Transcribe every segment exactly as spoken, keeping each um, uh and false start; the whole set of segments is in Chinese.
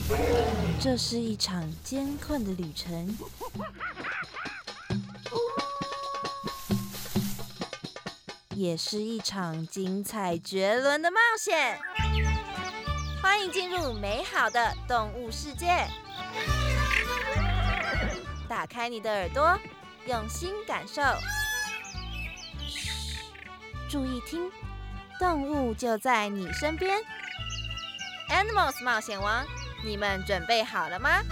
这是一场艰困的旅程，也是一场精彩绝伦的冒险。欢迎进入美好的动物世界，打开你的耳朵，用心感受。嘘，注意听，动物就在你身边。Animals 冒险王，你们准备好了吗？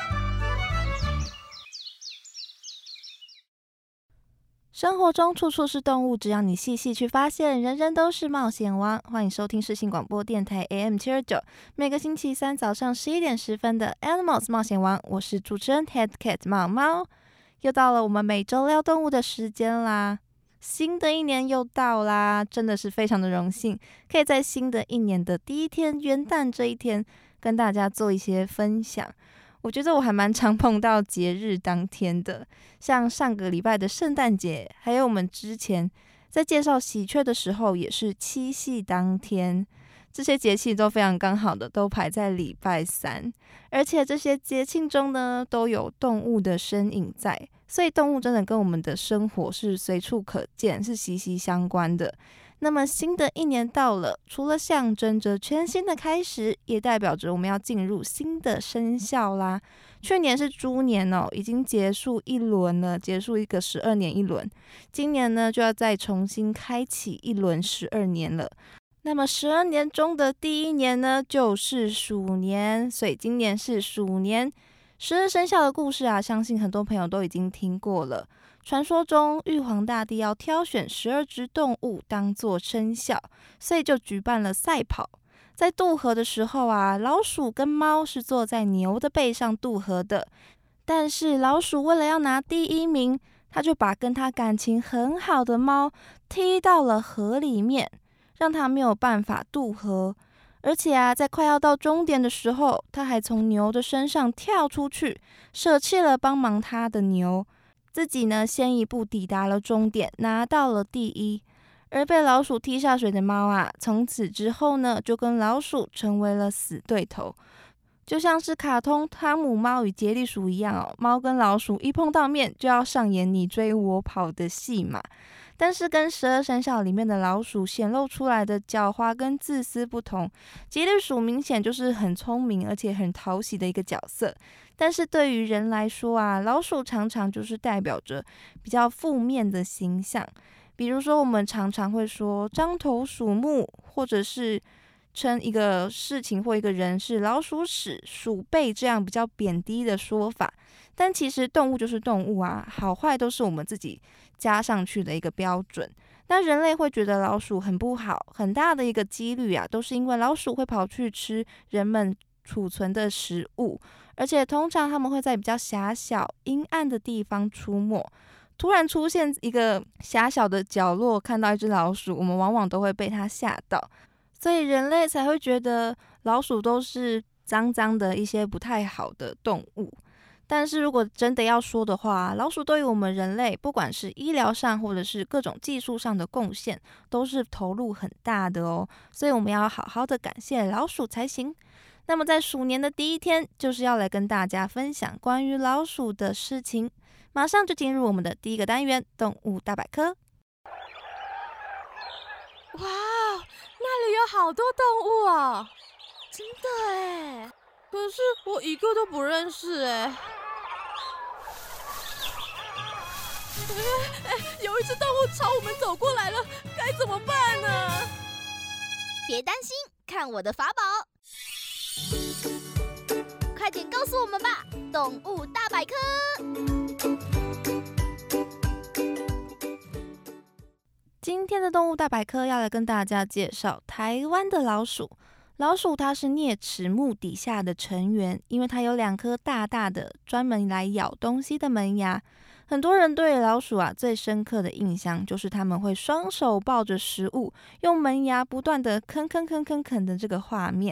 生活中处处是动物，只要你细细去发现，人人都是冒险王。欢迎收听世新广播电台 A M 七二九，每个星期三早上十一点十分的 Animals 冒险王，我是主持人 Head Cat 猫猫。又到了我们每周聊动物的时间啦，新的一年又到啦，真的是非常的荣幸，可以在新的一年的第一天元旦这一天跟大家做一些分享。我觉得我还蛮常碰到节日当天的，像上个礼拜的圣诞节，还有我们之前在介绍喜鹊的时候也是七夕当天，这些节气都非常刚好的都排在礼拜三，而且这些节庆中呢都有动物的身影在，所以动物真的跟我们的生活是随处可见，是息息相关的。那么新的一年到了，除了象征着全新的开始，也代表着我们要进入新的生肖啦。去年是猪年哦，已经结束一轮了，结束一个十二年一轮。今年呢，就要再重新开启一轮十二年了。那么十二年中的第一年呢，就是鼠年，所以今年是鼠年。十二生肖的故事啊，相信很多朋友都已经听过了。传说中，玉皇大帝要挑选十二只动物当作生肖，所以就举办了赛跑。在渡河的时候啊，老鼠跟猫是坐在牛的背上渡河的，但是老鼠为了要拿第一名，他就把跟他感情很好的猫踢到了河里面，让他没有办法渡河。而且啊，在快要到终点的时候，他还从牛的身上跳出去，舍弃了帮忙他的牛，自己呢先一步抵达了终点，拿到了第一。而被老鼠踢下水的猫啊，从此之后呢，就跟老鼠成为了死对头，就像是卡通《汤姆猫与杰利鼠》一样哦，猫跟老鼠一碰到面，就要上演你追我跑的戏码。但是跟十二生肖里面的老鼠显露出来的狡猾跟自私不同，杰利鼠明显就是很聪明而且很讨喜的一个角色。但是对于人来说啊，老鼠常常就是代表着比较负面的形象。比如说我们常常会说獐头鼠目，或者是称一个事情或一个人是老鼠屎、鼠辈这样比较贬低的说法。但其实动物就是动物啊，好坏都是我们自己加上去的一个标准。那人类会觉得老鼠很不好，很大的一个几率啊，都是因为老鼠会跑去吃人们储存的食物，而且通常他们会在比较狭小、阴暗的地方出没。突然出现一个狭小的角落，看到一只老鼠，我们往往都会被它吓到，所以人类才会觉得老鼠都是脏脏的一些不太好的动物。但是如果真的要说的话，老鼠对于我们人类，不管是医疗上或者是各种技术上的贡献，都是投入很大的哦。所以我们要好好的感谢老鼠才行。那么在鼠年的第一天，就是要来跟大家分享关于老鼠的事情。马上就进入我们的第一个单元——动物大百科。 哇，那里有好多动物哦！真的耶，可是我一个都不认识哎。哎，有一只动物朝我们走过来了，该怎么办呢？ 别担心，看我的法宝！快点告诉我们吧，动物大百科！ 今天的动物大百科要来跟大家介绍台湾的老鼠。老鼠它是啮齿目底下的成员，因为它有两颗大大的专门来咬东西的门牙。很多人对老鼠啊最深刻的印象就是他们会双手抱着食物，用门牙不断的啃啃啃啃啃的这个画面。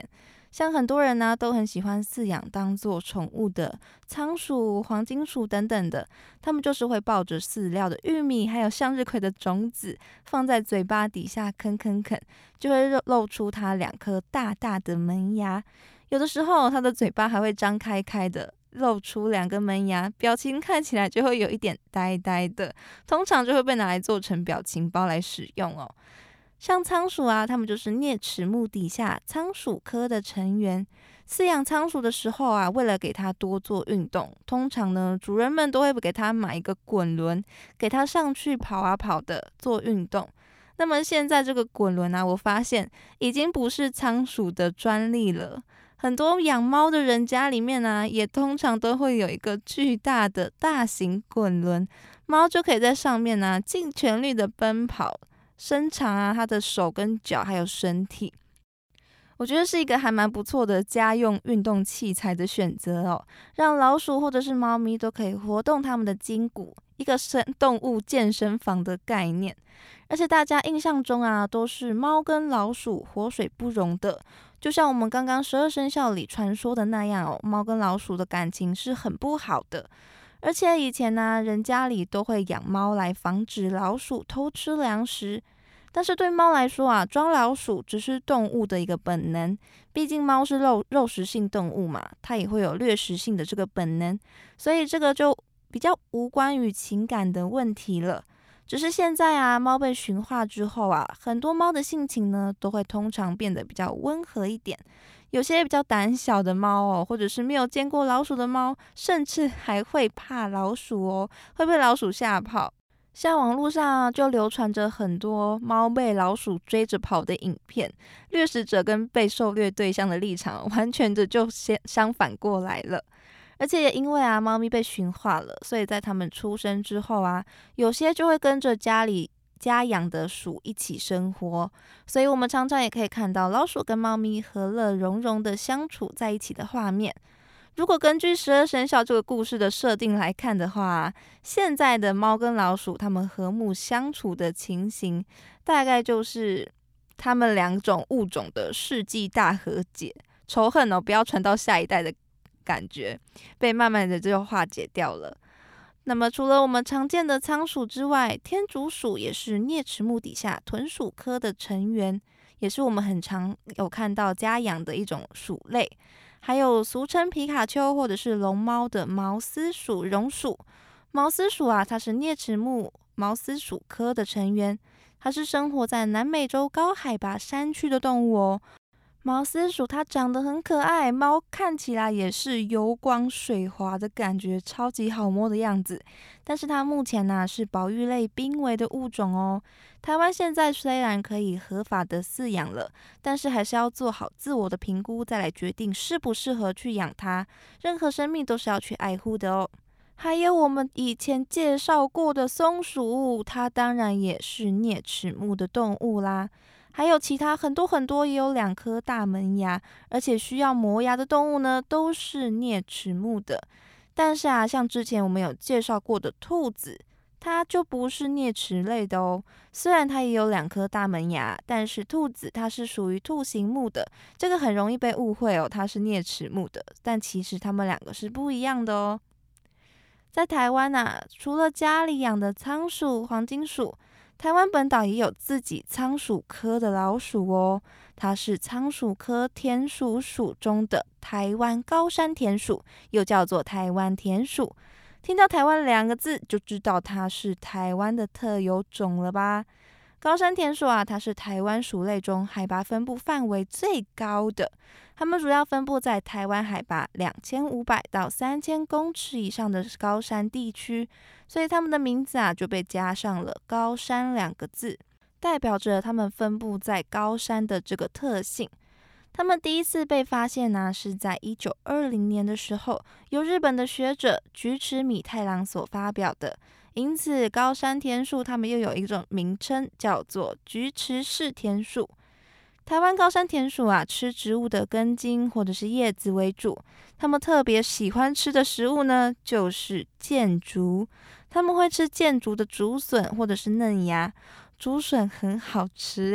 像很多人呢、啊、都很喜欢饲养当做宠物的仓鼠、黄金鼠等等的，他们就是会抱着饲料的玉米还有向日葵的种子放在嘴巴底下啃啃啃，就会露出它两颗大大的门牙，有的时候它的嘴巴还会张开开的，露出两个门牙，表情看起来就会有一点呆呆的，通常就会被拿来做成表情包来使用哦。像仓鼠啊，它们就是啮齿目底下仓鼠科的成员。饲养仓鼠的时候啊，为了给它多做运动，通常呢，主人们都会给它买一个滚轮，给它上去跑啊跑的做运动。那么现在这个滚轮啊，我发现已经不是仓鼠的专利了。很多养猫的人家里面啊，也通常都会有一个巨大的大型滚轮，猫就可以在上面啊尽全力的奔跑，伸长啊它的手跟脚还有身体。我觉得是一个还蛮不错的家用运动器材的选择哦，让老鼠或者是猫咪都可以活动它们的筋骨，一个生动物健身房的概念。而且大家印象中啊，都是猫跟老鼠活水不容的，就像我们刚刚十二生肖里传说的那样哦，猫跟老鼠的感情是很不好的。而且以前呢、啊，人家里都会养猫来防止老鼠偷吃粮食。但是对猫来说啊，抓老鼠只是动物的一个本能，毕竟猫是肉肉食性动物嘛，它也会有掠食性的这个本能，所以这个就比较无关于情感的问题了。只是现在啊，猫被驯化之后啊，很多猫的性情呢，都会通常变得比较温和一点。有些比较胆小的猫哦，或者是没有见过老鼠的猫，甚至还会怕老鼠哦，会被老鼠吓跑。像网络上就流传着很多猫被老鼠追着跑的影片，掠食者跟被狩猎对象的立场完全的就相反过来了。而且也因为啊，猫咪被驯化了，所以在它们出生之后啊，有些就会跟着家里家养的鼠一起生活，所以我们常常也可以看到老鼠跟猫咪和乐融融的相处在一起的画面。如果根据十二生肖这个故事的设定来看的话，现在的猫跟老鼠它们和睦相处的情形，大概就是它们两种物种的世纪大和解，仇恨哦不要传到下一代的感觉，被慢慢的就化解掉了。那么除了我们常见的仓鼠之外，天竺鼠也是啮齿目底下豚鼠科的成员，也是我们很常有看到家养的一种鼠类。还有俗称皮卡丘或者是龙猫的毛丝鼠、绒鼠。毛丝鼠啊，它是啮齿目毛丝鼠科的成员，它是生活在南美洲高海拔山区的动物哦。毛丝鼠它长得很可爱，猫看起来也是油光水滑的感觉，超级好摸的样子。但是它目前呢、啊、是保育类濒危的物种哦。台湾现在虽然可以合法的饲养了，但是还是要做好自我的评估，再来决定适不适合去养它。任何生命都是要去爱护的哦。还有我们以前介绍过的松鼠，它当然也是啮齿目的动物啦。还有其他很多很多也有两颗大门牙，而且需要磨牙的动物呢，都是啮齿目的。但是啊，像之前我们有介绍过的兔子，它就不是啮齿类的哦。虽然它也有两颗大门牙，但是兔子它是属于兔形目的，这个很容易被误会哦，它是啮齿目的，但其实它们两个是不一样的哦。在台湾啊，除了家里养的仓鼠、黄金鼠，台湾本岛也有自己仓鼠科的老鼠哦，它是仓鼠科田鼠属中的台湾高山田鼠，又叫做台湾田鼠。听到台湾两个字就知道它是台湾的特有种了吧？高山田鼠啊，它是台湾鼠类中海拔分布范围最高的，它们主要分布在台湾海拔两千五百到三千公尺以上的高山地区，所以它们的名字啊就被加上了高山两个字，代表着它们分布在高山的这个特性。它们第一次被发现呢、啊，是在一九二零年的时候，由日本的学者菊池米太郎所发表的。因此，高山田鼠它们又有一种名称，叫做菊池式田鼠。台湾高山田鼠啊，吃植物的根茎或者是叶子为主。它们特别喜欢吃的食物呢，就是箭竹。它们会吃箭竹的竹笋或者是嫩芽，竹笋很好吃诶。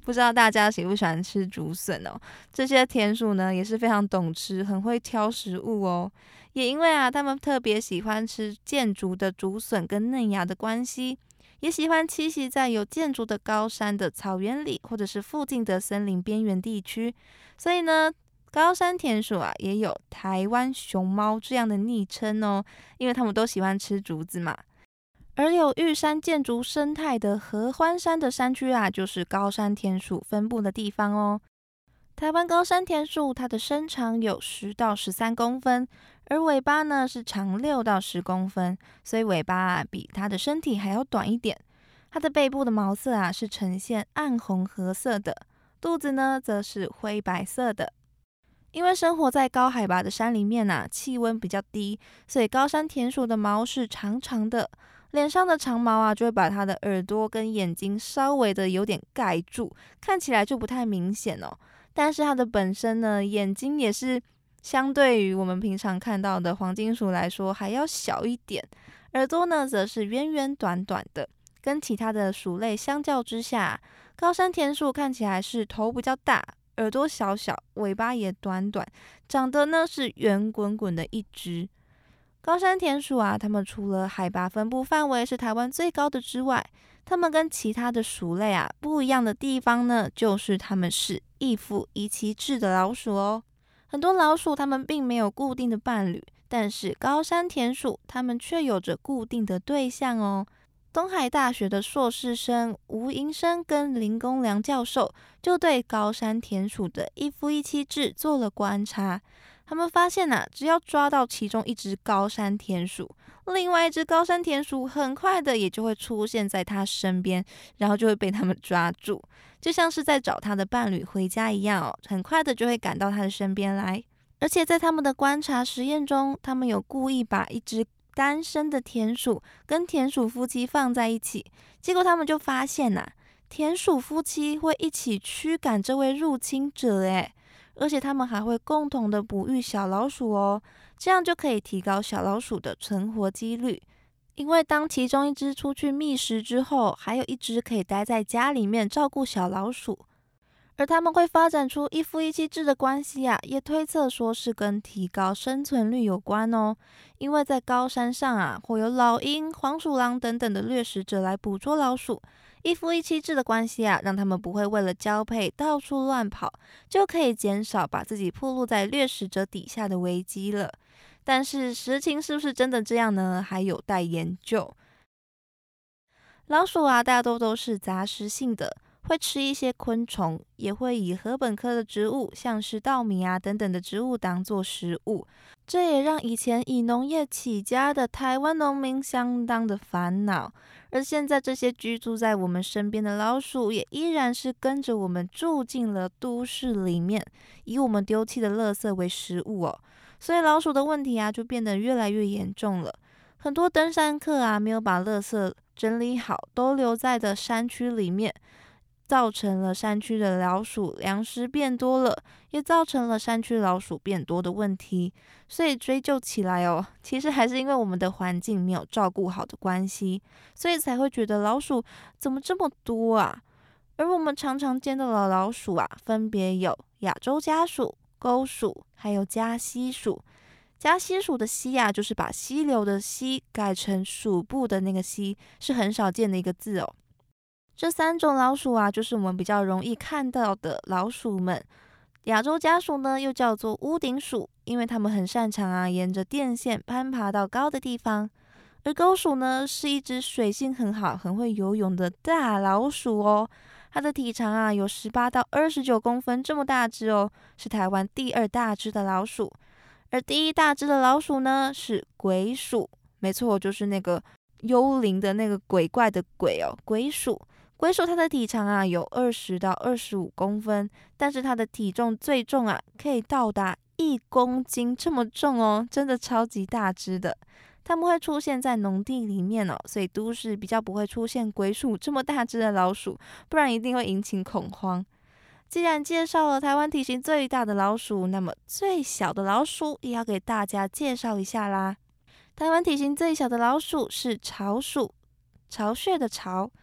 不知道大家喜不喜欢吃竹笋哦？这些田鼠呢也是非常懂吃，很会挑食物哦。也因为啊，它们特别喜欢吃箭竹的竹笋跟嫩芽的关系，也喜欢栖息在有箭竹的高山的草原里，或者是附近的森林边缘地区。所以呢，高山田鼠啊也有台湾熊猫这样的昵称哦，因为它们都喜欢吃竹子嘛。而有玉山箭竹生态的合欢山的山区啊，就是高山田鼠分布的地方哦。台湾高山田鼠它的身长有十到十三公分，而尾巴呢是长六到十公分，所以尾巴啊比它的身体还要短一点。它的背部的毛色啊是呈现暗红褐色的，肚子呢则是灰白色的。因为生活在高海拔的山里面啊，气温比较低，所以高山田鼠的毛是长长的，脸上的长毛啊就会把它的耳朵跟眼睛稍微的有点盖住，看起来就不太明显哦。但是它的本身呢，眼睛也是相对于我们平常看到的黄金鼠来说还要小一点，耳朵呢则是圆圆短短的，跟其他的鼠类相较之下，高山田鼠看起来是头比较大，耳朵小小，尾巴也短短，长得呢是圆滚滚的一只。高山田鼠啊，它们除了海拔分布范围是台湾最高的之外，它们跟其他的鼠类啊不一样的地方呢，就是它们是一夫一妻制的老鼠哦。很多老鼠它们并没有固定的伴侣，但是高山田鼠它们却有着固定的对象哦。东海大学的硕士生吴银生跟林公良教授就对高山田鼠的一夫一妻制做了观察。他们发现啊，只要抓到其中一只高山田鼠，另外一只高山田鼠很快的也就会出现在它身边，然后就会被他们抓住，就像是在找他的伴侣回家一样哦，很快的就会赶到他的身边来。而且在他们的观察实验中，他们有故意把一只单身的田鼠跟田鼠夫妻放在一起，结果他们就发现啊，田鼠夫妻会一起驱赶这位入侵者诶，而且他们还会共同的哺育小老鼠哦，这样就可以提高小老鼠的存活几率。因为当其中一只出去觅食之后，还有一只可以待在家里面照顾小老鼠。而他们会发展出一夫一妻制的关系啊，也推测说是跟提高生存率有关哦。因为在高山上啊，会有老鹰、黄鼠狼等等的掠食者来捕捉老鼠。一夫一妻制的关系啊，让他们不会为了交配到处乱跑，就可以减少把自己暴露在掠食者底下的危机了。但是实情是不是真的这样呢？还有待研究。老鼠啊，大多都是杂食性的，会吃一些昆虫，也会以禾本科的植物，像是稻米啊等等的植物当做食物。这也让以前以农业起家的台湾农民相当的烦恼。而现在这些居住在我们身边的老鼠，也依然是跟着我们住进了都市里面，以我们丢弃的垃圾为食物哦。所以老鼠的问题啊，就变得越来越严重了。很多登山客啊，没有把垃圾整理好，都留在的山区里面，造成了山区的老鼠粮食变多了，也造成了山区老鼠变多的问题。所以追究起来哦，其实还是因为我们的环境没有照顾好的关系，所以才会觉得老鼠怎么这么多啊。而我们常常见到的老鼠啊，分别有亚洲家鼠、沟鼠，还有加溪鼠。加溪鼠的溪啊，就是把溪流的溪改成鼠部的那个溪，是很少见的一个字哦。这三种老鼠啊，就是我们比较容易看到的老鼠们。亚洲家鼠呢，又叫做屋顶鼠，因为它们很擅长啊，沿着电线攀爬到高的地方。而沟鼠呢，是一只水性很好、很会游泳的大老鼠哦。它的体长啊，有十八到二十九公分，这么大只哦，是台湾第二大只的老鼠。而第一大只的老鼠呢，是鬼鼠，没错，就是那个幽灵的那个鬼怪的鬼哦，鬼鼠。鬼鼠它的体长啊有二十到二十五公分，但是它的体重最重啊可以到达一公斤这么重哦，真的超级大只的。它们会出现在农地里面哦，所以都市比较不会出现鬼鼠这么大只的老鼠，不然一定会引起恐慌。既然介绍了台湾体型最大的老鼠，那么最小的老鼠也要给大家介绍一下啦。台湾体型最小的老鼠是巢鼠，巢穴的巢。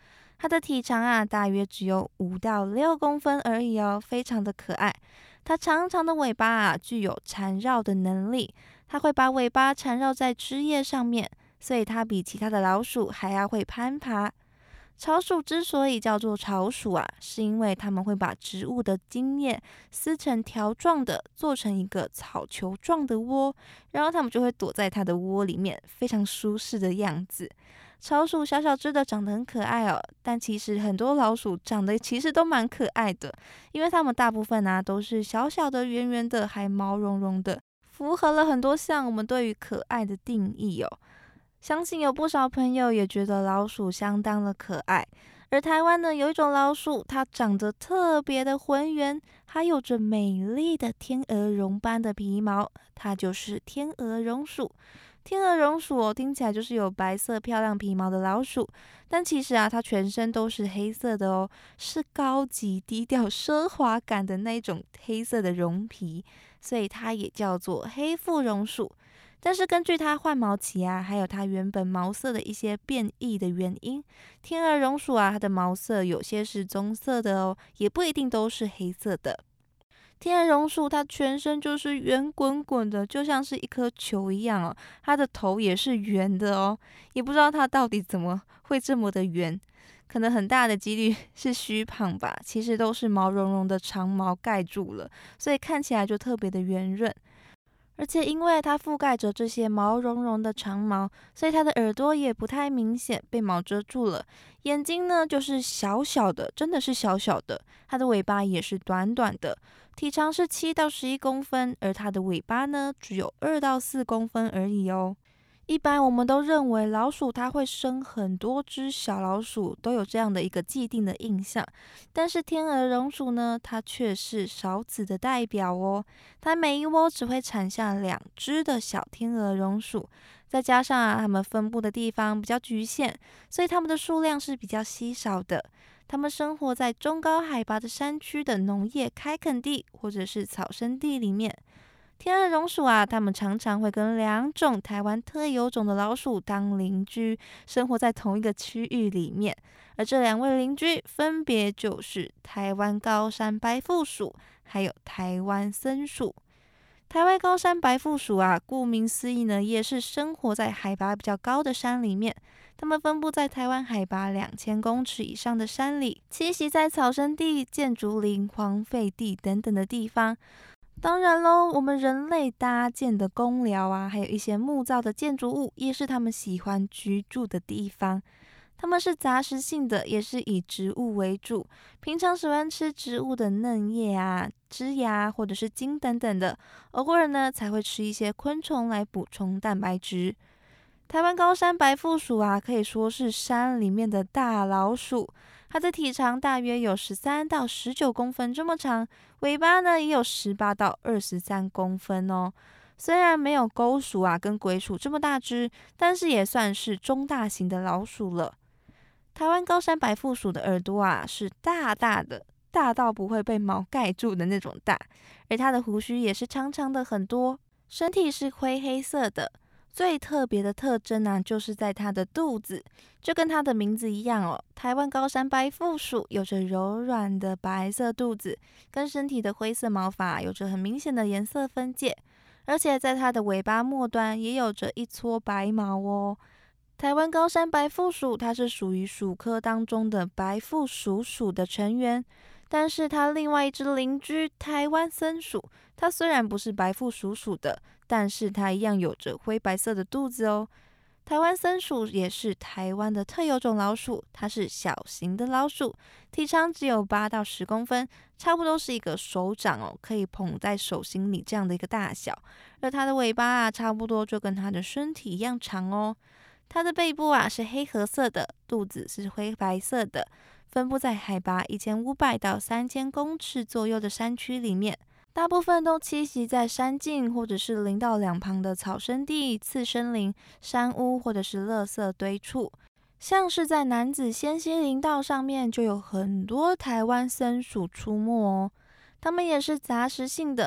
它的体长啊大约只有五到六公分而已哦，非常的可爱。它长长的尾巴啊具有缠绕的能力，它会把尾巴缠绕在枝叶上面，所以它比其他的老鼠还要会攀爬。草鼠之所以叫做草鼠啊，是因为它们会把植物的茎叶撕成条状的，做成一个草球状的窝，然后它们就会躲在它的窝里面，非常舒适的样子。草鼠小小只的，长得很可爱哦，但其实很多老鼠长得其实都蛮可爱的，因为它们大部分啊都是小小的、圆圆的，还毛茸茸的，符合了很多像我们对于可爱的定义哦。相信有不少朋友也觉得老鼠相当的可爱，而台湾呢有一种老鼠，它长得特别的浑圆，还有着美丽的天鹅绒般的皮毛，它就是天鹅绒鼠。天鹅绒鼠哦，听起来就是有白色漂亮皮毛的老鼠，但其实啊，它全身都是黑色的哦，是高级低调奢华感的那种黑色的绒皮，所以它也叫做黑腹绒鼠。但是根据它换毛期啊，还有它原本毛色的一些变异的原因，天鹅绒鼠啊，它的毛色有些是棕色的哦，也不一定都是黑色的。天鹅绒鼠它全身就是圆滚滚的，就像是一颗球一样哦，它的头也是圆的哦，也不知道它到底怎么会这么的圆，可能很大的几率是虚胖吧，其实都是毛茸茸的长毛盖住了，所以看起来就特别的圆润。而且因为它覆盖着这些毛茸茸的长毛，所以它的耳朵也不太明显，被毛遮住了。眼睛呢就是小小的，真的是小小的。它的尾巴也是短短的，体长是七到十一公分，而它的尾巴呢只有二到四公分而已哦。一般我们都认为老鼠它会生很多只小老鼠，都有这样的一个既定的印象。但是天鹅绒鼠呢，它却是少子的代表哦。它每一窝只会产下两只的小天鹅绒鼠，再加上啊，它们分布的地方比较局限，所以它们的数量是比较稀少的。它们生活在中高海拔的山区的农业开垦地或者是草生地里面。天鹅绒鼠啊，它们常常会跟两种台湾特有种的老鼠当邻居，生活在同一个区域里面。而这两位邻居分别就是台湾高山白腹鼠，还有台湾森鼠。台湾高山白腹鼠啊，顾名思义呢，也是生活在海拔比较高的山里面。它们分布在台湾海拔两千公尺以上的山里，栖息在草生地、建筑林、荒废地等等的地方。当然喽，我们人类搭建的公寮啊，还有一些木造的建筑物，也是他们喜欢居住的地方。它们是杂食性的，也是以植物为主，平常喜欢吃植物的嫩叶啊、枝芽或者是茎等等的，偶尔呢才会吃一些昆虫来补充蛋白质。台湾高山白腹鼠啊，可以说是山里面的大老鼠。它的体长大约有十三到十九公分这么长，尾巴呢也有十八到二十三公分哦。虽然没有沟鼠啊跟鬼鼠这么大只，但是也算是中大型的老鼠了。台湾高山白腹鼠的耳朵啊是大大的，大到不会被毛盖住的那种大，而它的胡须也是长长的很多，身体是灰黑色的。最特别的特征呢、啊，就是在它的肚子，就跟它的名字一样哦。台湾高山白腹鼠有着柔软的白色肚子，跟身体的灰色毛发有着很明显的颜色分界，而且在它的尾巴末端也有着一撮白毛哦。台湾高山白腹鼠，它是属于鼠科当中的白腹鼠属的成员。但是它另外一只邻居台湾森鼠，它虽然不是白腹鼠属的，但是它一样有着灰白色的肚子哦。台湾森鼠也是台湾的特有种老鼠，它是小型的老鼠，体长只有八到十公分，差不多是一个手掌哦，可以捧在手心里这样的一个大小。而它的尾巴啊，差不多就跟它的身体一样长哦。它的背部啊是黑褐色的，肚子是灰白色的。分布在海拔一千五百到三千公尺左右的山区里面，大部分都栖息在山径或者是林道两旁的草生地、次生林、山屋或者是垃圾堆处。像是在楠梓仙溪林道上面，就有很多台湾森鼠出没哦。它们也是杂食性的，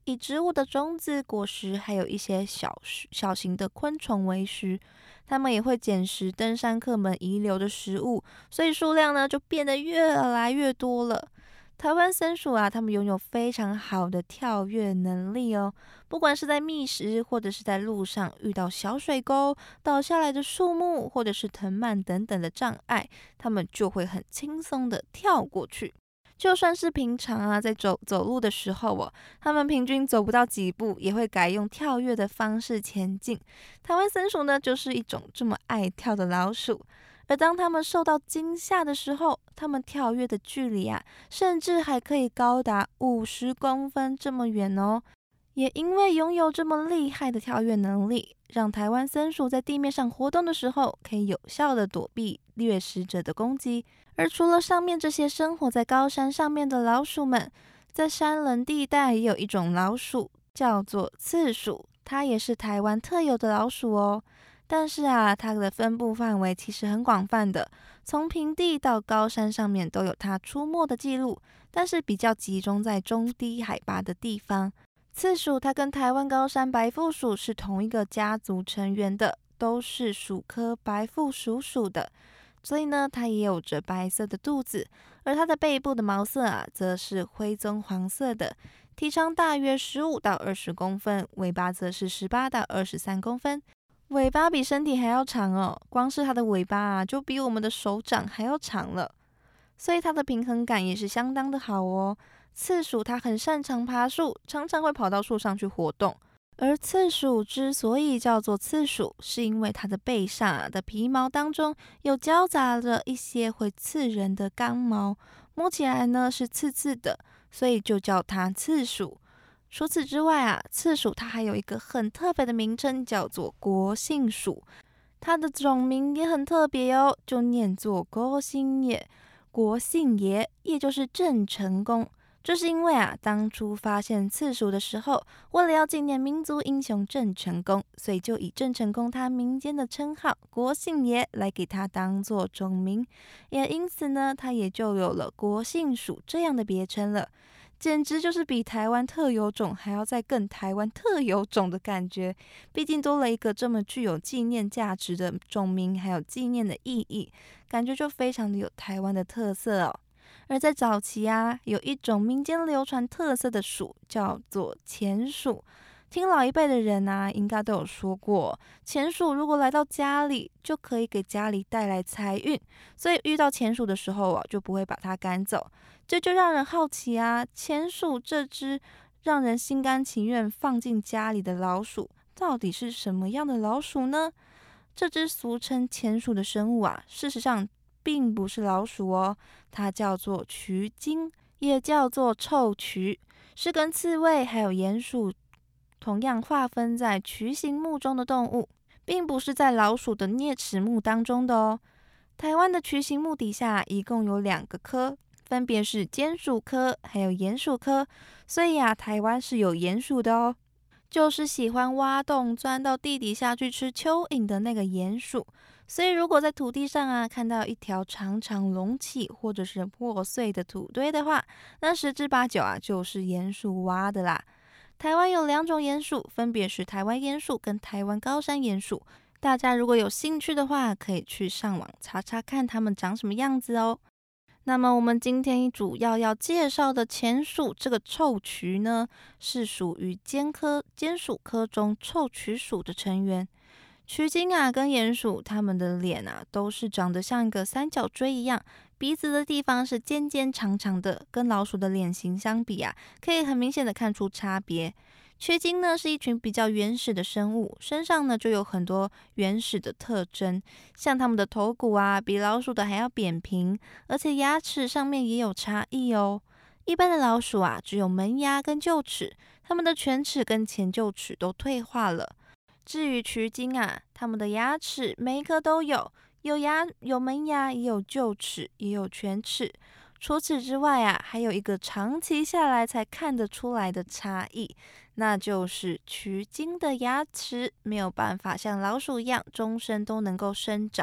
以植物的种子、果实，还有一些小小型的昆虫为食。它们也会捡食登山客们遗留的食物，所以数量呢就变得越来越多了。台湾森鼠啊，它们拥有非常好的跳跃能力哦。不管是在觅食，或者是在路上遇到小水沟、倒下来的树木，或者是藤蔓等等的障碍，它们就会很轻松的跳过去。就算是平常啊，在走走路的时候哦，它们平均走不到几步，也会改用跳跃的方式前进。台湾森鼠呢，就是一种这么爱跳的老鼠。而当它们受到惊吓的时候，它们跳跃的距离啊，甚至还可以高达五十公分这么远哦。也因为拥有这么厉害的跳跃能力，让台湾森鼠在地面上活动的时候，可以有效的躲避掠食者的攻击。而除了上面这些生活在高山上面的老鼠们，在山冷地带也有一种老鼠，叫做刺鼠，它也是台湾特有的老鼠哦。但是啊，它的分布范围其实很广泛的，从平地到高山上面都有它出没的记录，但是比较集中在中低海拔的地方。刺鼠它跟台湾高山白腹鼠是同一个家族成员的，都是鼠科白腹鼠属的，所以呢，它也有着白色的肚子，而它的背部的毛色啊，则是灰棕黄色的，体长大约十五到二十公分，尾巴则是十八到二十三公分。尾巴比身体还要长哦，光是它的尾巴啊，就比我们的手掌还要长了，所以它的平衡感也是相当的好哦。刺鼠它很擅长爬树，常常会跑到树上去活动。而刺鼠之所以叫做刺鼠，是因为它的背上啊的皮毛当中有交杂了一些会刺人的刚毛，摸起来呢是刺刺的，所以就叫它刺鼠。除此之外啊，刺鼠它还有一个很特别的名称，叫做国姓鼠。它的种名也很特别哦，就念作国姓爷。国姓爷也就是郑成功。这是因为啊，当初发现刺鼠的时候，为了要纪念民族英雄郑成功，所以就以郑成功他民间的称号国姓爷来给他当做种名，也因此呢，他也就有了国姓鼠这样的别称了。简直就是比台湾特有种还要再更台湾特有种的感觉，毕竟多了一个这么具有纪念价值的种名，还有纪念的意义，感觉就非常的有台湾的特色哦。而在早期啊，有一种民间流传特色的鼠叫做钱鼠。听老一辈的人啊，应该都有说过，钱鼠如果来到家里，就可以给家里带来财运，所以遇到钱鼠的时候啊，就不会把它赶走。这就让人好奇啊，钱鼠这只让人心甘情愿放进家里的老鼠，到底是什么样的老鼠呢？这只俗称钱鼠的生物啊，事实上并不是老鼠哦，它叫做渠精，也叫做臭渠，是跟刺猬还有鼹鼠同样划分在渠形目中的动物，并不是在老鼠的啮齿目当中的哦。台湾的渠形目底下一共有两个科，分别是尖鼠科还有鼹鼠科，所以啊，台湾是有鼹鼠的哦，就是喜欢挖洞钻到地底下去吃蚯蚓的那个鼹鼠。所以如果在土地上啊看到一条长长隆起或者是破碎的土堆的话，那十之八九啊就是鼹鼠挖的啦。台湾有两种鼹鼠，分别是台湾鼹鼠跟台湾高山鼹鼠。大家如果有兴趣的话，可以去上网查查看它们长什么样子哦。那么我们今天主要要介绍的钱鼠这个臭渠呢，是属于尖科尖鼠科中臭渠属的成员。渠精啊跟鼹鼠它们的脸啊都是长得像一个三角锥一样，鼻子的地方是尖尖长长的，跟老鼠的脸型相比啊，可以很明显的看出差别。缺精呢是一群比较原始的生物，身上呢就有很多原始的特征，像它们的头骨啊比老鼠的还要扁平，而且牙齿上面也有差异哦。一般的老鼠啊只有门牙跟臼齿，它们的犬齿跟前臼齿都退化了。至于渠精啊，它们的牙齿每一颗都有，有牙有门牙，也有臼齿，也有犬齿。除此之外啊，还有一个长期下来才看得出来的差异，那就是渠精的牙齿没有办法像老鼠一样终身都能够生长，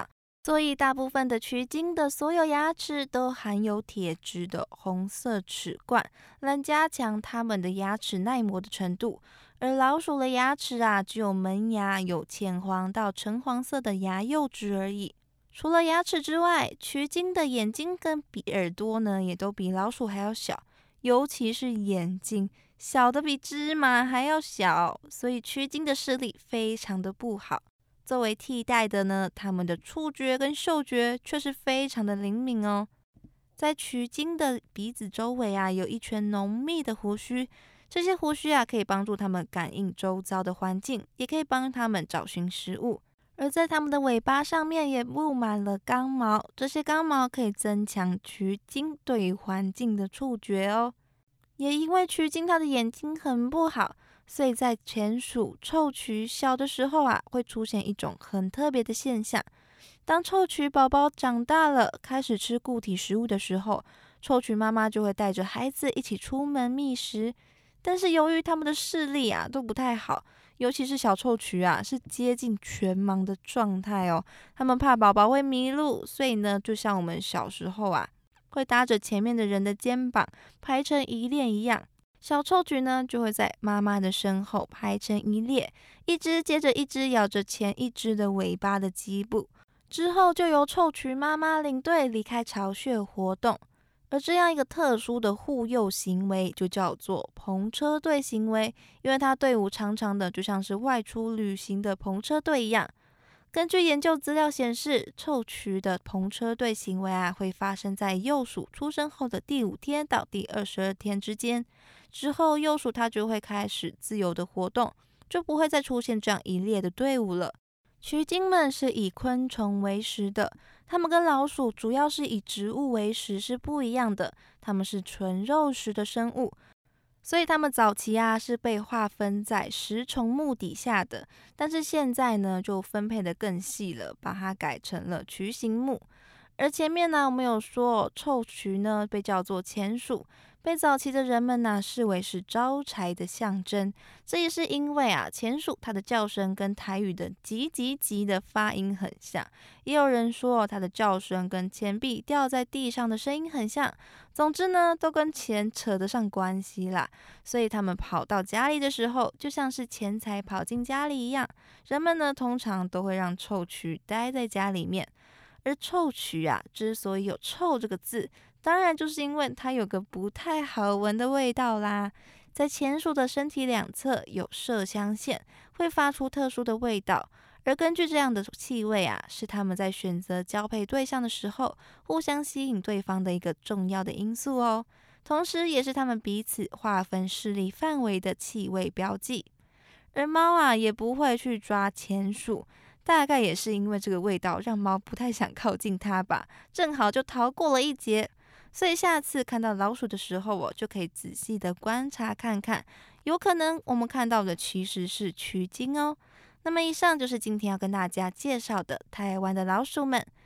所以大部分的取经的所有牙齿都含有铁质的红色齿冠，来加强它们的牙齿耐磨的程度。而老鼠的牙齿啊，只有门牙有浅黄到橙黄色的牙釉质而已。除了牙齿之外，取经的眼睛跟比耳朵呢，也都比老鼠还要小，尤其是眼睛，小的比芝麻还要小，所以取经的视力非常的不好。作为替代的呢，它们的触觉跟嗅觉却是非常的灵敏哦。在取经的鼻子周围啊，有一圈浓密的胡须，这些胡须啊可以帮助它们感应周遭的环境，也可以帮它们找寻食物。而在它们的尾巴上面也布满了刚毛，这些刚毛可以增强取经对于环境的触觉哦。也因为取经它的眼睛很不好，所以在前鼠臭渠小的时候啊，会出现一种很特别的现象。当臭渠宝宝长大了，开始吃固体食物的时候，臭渠妈妈就会带着孩子一起出门觅食。但是由于他们的视力啊都不太好，尤其是小臭渠啊，是接近全盲的状态哦。他们怕宝宝会迷路，所以呢，就像我们小时候啊，会搭着前面的人的肩膀排成一列一样。小臭菊呢，就会在妈妈的身后排成一列，一只接着一只咬着前一只的尾巴的基部，之后就由臭菊妈妈领队离开巢穴活动。而这样一个特殊的护佑行为，就叫做篷车队行为，因为它队伍长长的，就像是外出旅行的篷车队一样。根据研究资料显示，臭渠的篷车队行为啊，会发生在幼鼠出生后的第五天到第二十二天之间。之后，幼鼠它就会开始自由的活动，就不会再出现这样一列的队伍了。取经们是以昆虫为食的，它们跟老鼠主要是以植物为食是不一样的，它们是纯肉食的生物。所以它们早期啊是被划分在食虫目底下的，但是现在呢就分配的更细了，把它改成了渠形目。而前面呢我们有说臭渠呢被叫做钱鼠，被早期的人们呢视为是招财的象征。这也是因为啊钱鼠它的叫声跟台语的急急急的发音很像，也有人说它的叫声跟钱币掉在地上的声音很像。总之呢都跟钱扯得上关系啦，所以他们跑到家里的时候，就像是钱财跑进家里一样。人们呢通常都会让臭渠待在家里面。而臭渠啊，之所以有臭这个字，当然就是因为它有个不太好闻的味道啦。在钱鼠的身体两侧有麝香腺，会发出特殊的味道。而根据这样的气味啊，是他们在选择交配对象的时候，互相吸引对方的一个重要的因素哦。同时，也是他们彼此划分势力范围的气味标记。而猫啊，也不会去抓钱鼠。大概也是因为这个味道让猫不太想靠近它吧，正好就逃过了一劫。所以下次看到老鼠的时候，我就可以仔细的观察看看，有可能我们看到的其实是取经哦。那么以上就是今天要跟大家介绍的台湾的老鼠们。